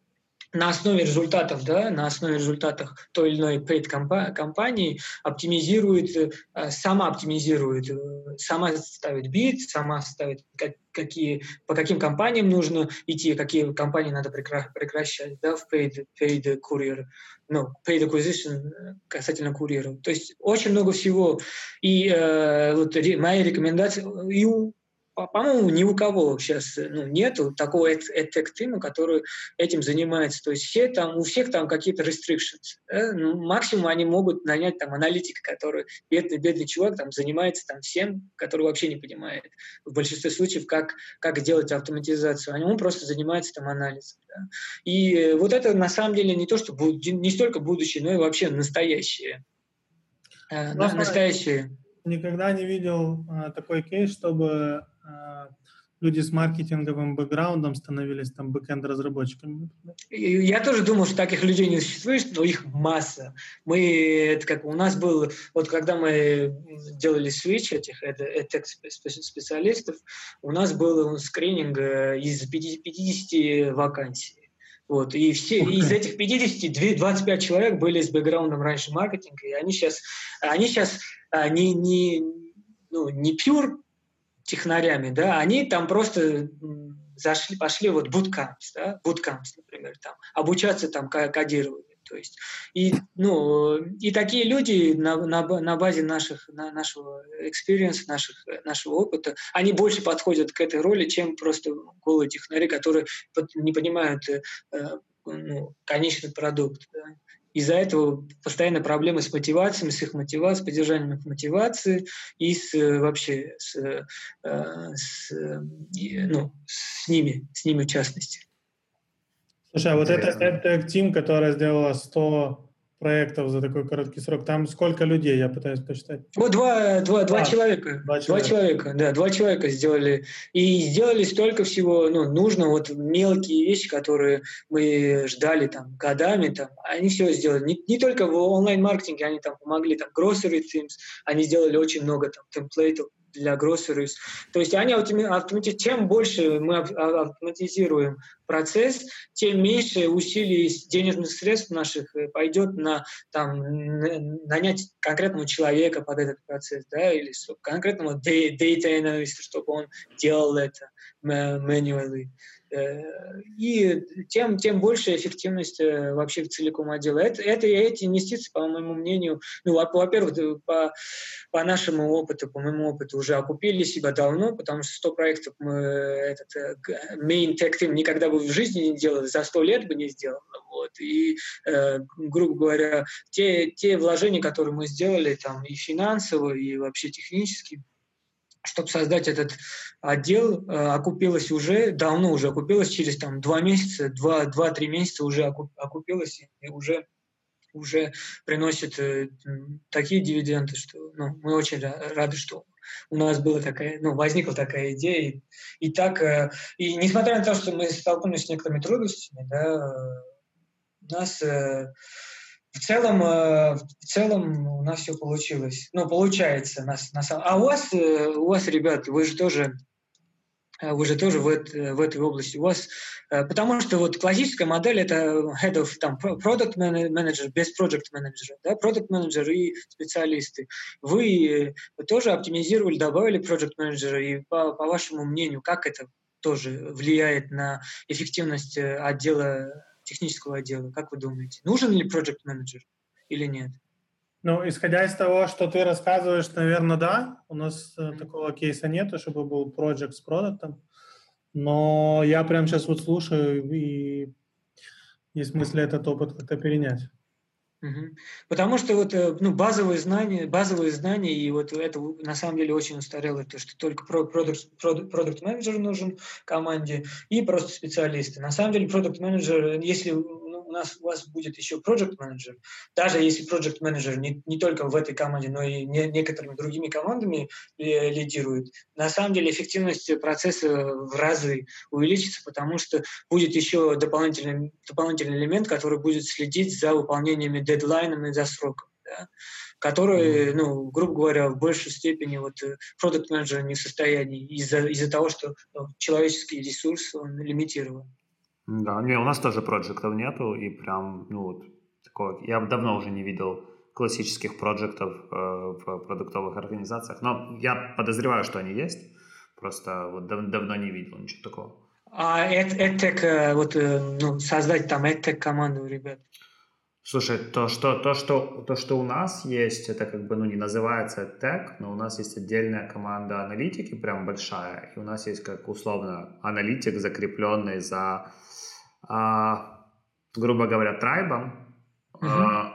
на основе результатов, да, на основе результатов той или иной paid компании оптимизирует, сама оптимизирует, сама ставит бит, сама ставит, как, какие, по каким компаниям нужно идти, какие компании надо прекра- прекращать, да, в paid, paid courier, ну, paid acquisition касательно курьеров. То есть очень много всего. И э, вот моя рекомендация, и у по-моему, ни у кого сейчас ну, нету такого эдтек-тима, который этим занимается. То есть все там, у всех там какие-то restrictions. Да? Ну, максимум они могут нанять там аналитика, который бедный-бедный чувак там занимается там всем, который вообще не понимает в большинстве случаев, как, как делать автоматизацию. А он просто занимается там анализом. Да? И вот это на самом деле не то, что буд- не столько будущее, но и вообще настоящее. Э, настоящее. Никогда не видел а, такой кейс, чтобы а, люди с маркетинговым бэкграундом становились там бэкэнд-разработчиками. Я тоже думал, что таких людей не существует, но их масса. Мы, это как у нас был, вот когда мы делали свитч этих специалистов, у нас был скрининг из пятидесяти вакансий. Вот, и все, okay. из этих пятидесяти двадцать пять человек были с бэкграундом раньше маркетинга, и они сейчас, они сейчас а, не, не, ну, не pure технарями, да, они там просто зашли, пошли вот bootcamps, да, bootcamps, например, там, обучаться там кодированию. То есть, и, ну, и такие люди на, на, на базе наших, на, нашего experience, наших, нашего опыта, они больше подходят к этой роли, чем просто голые технари, которые не понимают э, ну, конечный продукт. Да. Из-за этого постоянно проблемы с мотивацией, с их мотивацией, с поддержанием их мотивации и с, вообще с, с, ну, с ними, с ними в частности. Слушай, а вот это EdTech Team, которая сделала сто проектов за такой короткий срок, там сколько людей, я пытаюсь посчитать? Вот два, два, два, человека, два человека. Два человека, да, два человека сделали. И сделали столько всего, ну, нужно, вот мелкие вещи, которые мы ждали там годами, там, они все сделали. Не, не только в онлайн-маркетинге, они там помогли, там, grocery themes, они сделали очень много там темплейтов для groceries. То есть они автоматизируют. Чем больше мы автоматизируем процесс, тем меньше усилий денежных средств наших пойдет на там, нанять конкретного человека под этот процесс, да, или конкретного data analyst, чтобы он делал это manually. И тем, тем больше эффективность вообще целиком отдела. Это, это, эти инвестиции, по моему мнению, ну, во-первых, по, по нашему опыту, по моему опыту, уже окупили себя давно, потому что сто проектов мы этот main tech team никогда бы в жизни не делали, за сто лет бы не сделали. Вот. И, э, грубо говоря, те, те вложения, которые мы сделали, там, и финансово, и вообще технически, чтобы создать этот отдел, э, окупилось уже, давно уже окупилось, через там, два месяца, два-три месяца уже окуп, окупилось и уже, уже приносит э, такие дивиденды, что ну, мы очень рады, что у нас была такая, ну, возникла такая идея. И, и так, э, и несмотря на то, что мы столкнулись с некоторыми трудностями, да, у нас... Э, В целом, в целом у нас все получилось. Ну, получается. Нас, нас... А у вас, у вас, ребят, вы же тоже, вы же тоже в, это, в этой области. У вас, потому что вот классическая модель — это head of, там, product manager без project manager, да, product manager и специалисты. Вы тоже оптимизировали, добавили project manager, и по, по вашему мнению, как это тоже влияет на эффективность отдела, технического отдела, как вы думаете? Нужен ли project manager или нет? Ну, исходя из того, что ты рассказываешь, наверное, да. У нас mm-hmm. такого кейса нету, чтобы был project с продуктом. Но я прямо сейчас вот слушаю, и есть мысль этот опыт как-то перенять. Угу. Потому что вот, ну, базовые знания, базовые знания, и вот это на самом деле очень устарело, то, что только продукт-менеджер нужен команде и просто специалисты. На самом деле продукт-менеджер, если ну, у нас у вас будет еще project-менеджер, даже если project-менеджер не, не только в этой команде, но и не, некоторыми другими командами лидирует, на самом деле эффективность процесса в разы увеличится, потому что будет еще дополнительный, дополнительный элемент, который будет следить за выполнением дедлайнами за сроком, да, которые, ну, грубо говоря, в большей степени вот продакт-менеджер не в состоянии из-за, из-за того, что ну, человеческий ресурс, он лимитирован. Да, не, у нас тоже проектов нету, и прям, ну вот, такого, я давно уже не видел классических проектов э, в продуктовых организациях, но я подозреваю, что они есть, просто вот дав- давно не видел ничего такого. А EdTech, вот, ну, создать там EdTech команду у ребят? Слушай, то что, то, что, то, что у нас есть, это как бы, ну, не называется EdTech, но у нас есть отдельная команда аналитики, прям большая, и у нас есть, как условно, аналитик, закрепленный за, а, грубо говоря, трайбом. Угу. А,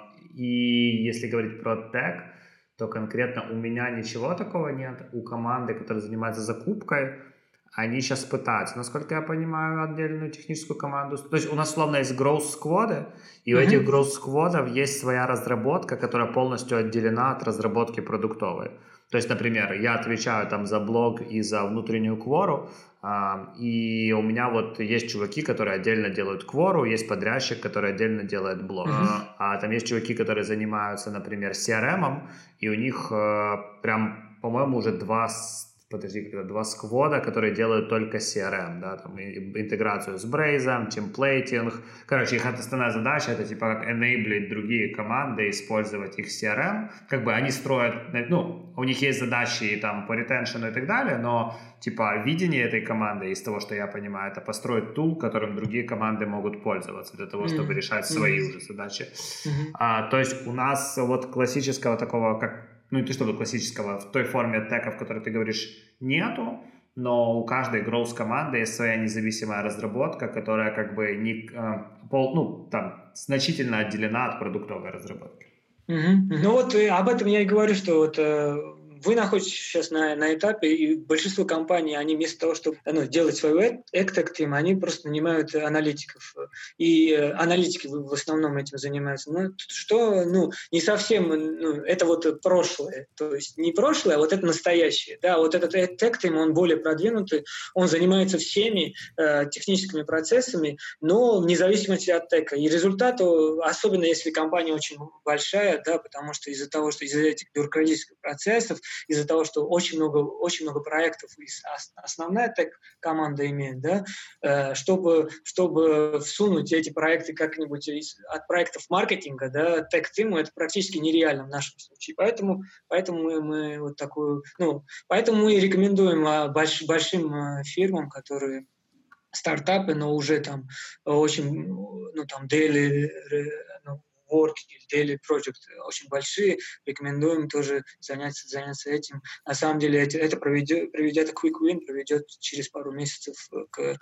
и если говорить про Tech, то конкретно у меня ничего такого нет. У команды, которая занимается закупкой, они сейчас пытаются, насколько я понимаю, отдельную техническую команду. То есть у нас словно есть growth squad, и у Мгм. этих growth squad'ов есть своя разработка, которая полностью отделена от разработки продуктовой. То есть, например, я отвечаю там за блог и за внутреннюю квору, а, и у меня вот есть чуваки, которые отдельно делают квору, есть подрядчик, который отдельно делает блог. Мгм. А, а там есть чуваки, которые занимаются, например, си ар эм, и у них э, прям, по-моему, уже два с- подожди, когда два сквода, которые делают только си ар эм, да, там и- интеграцию с Braze, темплейтинг. Короче, их основная задача это типа как enable другие команды использовать их си ар эм. Как бы они строят, ну, у них есть задачи там по ретеншену и так далее, но типа видение этой команды, из того, что я понимаю, это построить тул, которым другие команды могут пользоваться для того, чтобы Мгм. решать свои Мгм. уже задачи. Мгм. А, то есть у нас вот классического такого, как, ну и ты что, классического в той форме тека, в которой ты говоришь, нету, но у каждой growth команды есть своя независимая разработка, которая как бы не, э, пол, ну, там, значительно отделена от продуктовой разработки. Мгм. Ну вот и об этом я и говорю, что вот э, вы находитесь сейчас на, на этапе, и большинство компаний, они вместо того, чтобы ну, делать свою EdTech-тим, они просто нанимают аналитиков. И э, аналитики в, в основном этим занимаются. Ну, что, ну, не совсем, ну, это вот прошлое. То есть не прошлое, а вот это настоящее. Да, вот этот EdTech-тим, он более продвинутый, он занимается всеми э, техническими процессами, но в зависимости от тека. И результату, особенно если компания очень большая, да, потому что из-за того, что из-за этих бюрократических процессов, из-за того, что очень много, очень много проектов, и основная тек-команда имеет, да, э, чтобы, чтобы всунуть эти проекты как-нибудь из, от проектов маркетинга, да, тек-тиму, это практически нереально в нашем случае. Поэтому, поэтому мы, мы вот такую, ну, поэтому мы рекомендуем а, больш, большим а, фирмам, которые стартапы, но уже там очень, ну, там, daily, ну, work или daily project очень большие, рекомендуем тоже заняться, заняться этим. На самом деле это, это проведет, приведет, quick win приведет через пару месяцев к,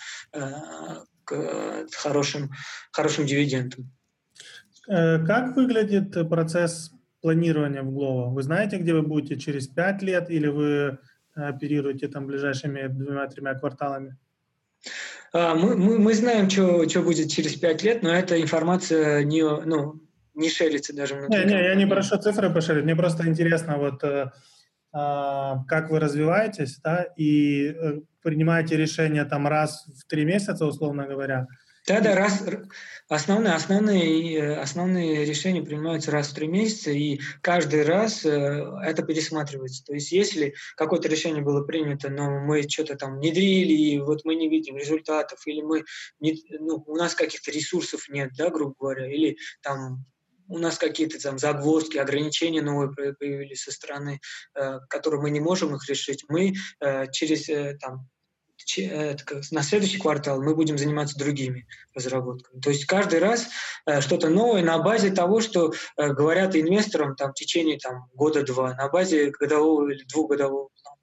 к хорошим, хорошим дивидендам. Как выглядит процесс планирования в Glovo? Вы знаете, где вы будете через пять лет, или вы оперируете там ближайшими двумя-тремя кварталами? Мы, мы, мы знаем, что, что будет через пять лет, но эта информация не, ну, не шерится даже внутри Не, не, я не компании. прошу цифры пошерить, мне просто интересно, вот, э, э, как вы развиваетесь, да, и э, принимаете решения там раз в три месяца, условно говоря. Да, да, раз, основные, основные, основные решения принимаются раз в три месяца, и каждый раз э, это пересматривается. То есть если какое-то решение было принято, но мы что-то там внедрили, и вот мы не видим результатов, или мы не, ну, у нас каких-то ресурсов нет, да, грубо говоря, или там у нас какие-то там загвоздки, ограничения новые появились со стороны, э, которые мы не можем их решить, мы э, через э, там, на следующий квартал мы будем заниматься другими разработками. То есть каждый раз э, что-то новое на базе того, что э, говорят инвесторам там, в течение там, года-два, на базе годового или двухгодового плана.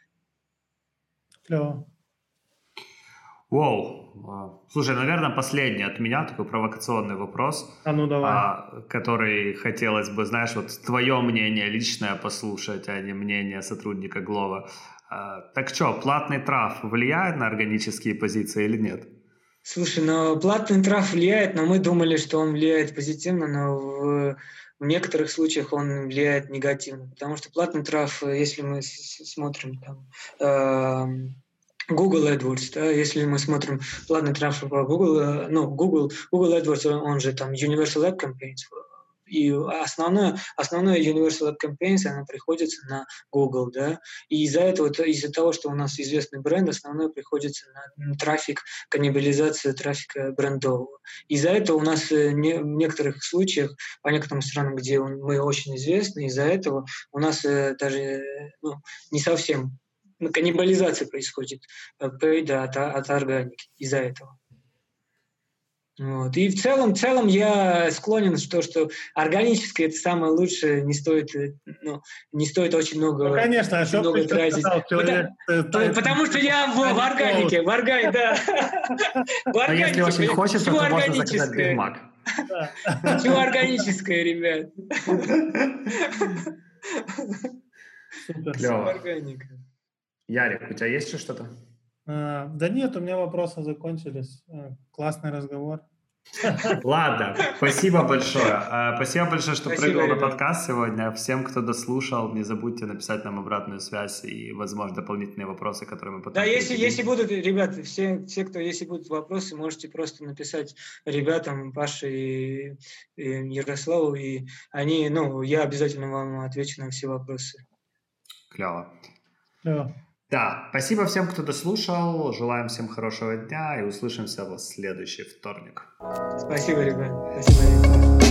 Клево. Воу. Слушай, наверное, последний от меня такой провокационный вопрос, а ну, давай. а, который хотелось бы, знаешь, вот твое мнение личное послушать, а не мнение сотрудника Glovo. А, так что, платный трав влияет на органические позиции или нет? Слушай, ну платный трав влияет, но мы думали, что он влияет позитивно, но в, в некоторых случаях он влияет негативно, потому что платный трав, если мы с- смотрим там, э, Google AdWords, да, если мы смотрим платный трав по Google, ну, Google, Google AdWords, он же там Universal Ad Campaigns и основное, основное Universal App Campaigns, оно приходится на Google, да, и из-за этого, из-за того, что у нас известный бренд, основное приходится на трафик, каннибализацию трафика брендового. Из-за этого у нас не, в некоторых случаях, по некоторым странам, где мы очень известны, из-за этого у нас даже ну, не совсем каннибализация происходит paid от, от органики из-за этого. Вот. И в целом, в целом я склонен, что, что органическое это самое лучшее, не стоит, ну, не стоит очень много, ну, конечно, очень много тратить. Сказал, человек, потому, ты, потому что я в, в органике, в органике, да. А если очень хочется, то можно заказать Big Mac. Все органическое, ребят. Клево. Ярик, у тебя есть еще что-то? А, да нет, у меня вопросы закончились. Классный разговор. Ладно, спасибо большое. Спасибо большое, что спасибо, прыгал ребят. на подкаст сегодня. Всем, кто дослушал, не забудьте написать нам обратную связь и, возможно, дополнительные вопросы, которые мы потом... Да, если, если будут, ребят, все, все, кто, если будут вопросы, можете просто написать ребятам, Паше и, и Ярославу, и они, ну, я обязательно вам отвечу на все вопросы. Клево. Клево. Да, спасибо всем, кто дослушал. Желаем всем хорошего дня и услышимся в следующий вторник. Спасибо, ребят. Спасибо.